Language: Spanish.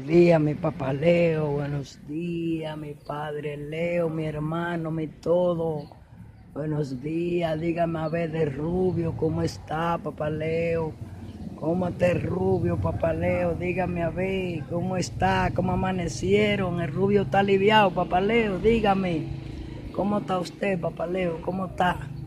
días, mi papá Leo. Buenos días, mi padre Leo, mi hermano, mi todo. Buenos días, dígame a ver de Rubio, ¿cómo está, papá Leo? ¿Cómo está el Rubio, papá Leo? Dígame a ver, ¿cómo está? ¿Cómo amanecieron? El Rubio está aliviado, papá Leo, dígame. ¿Cómo está usted, papá Leo? ¿Cómo está?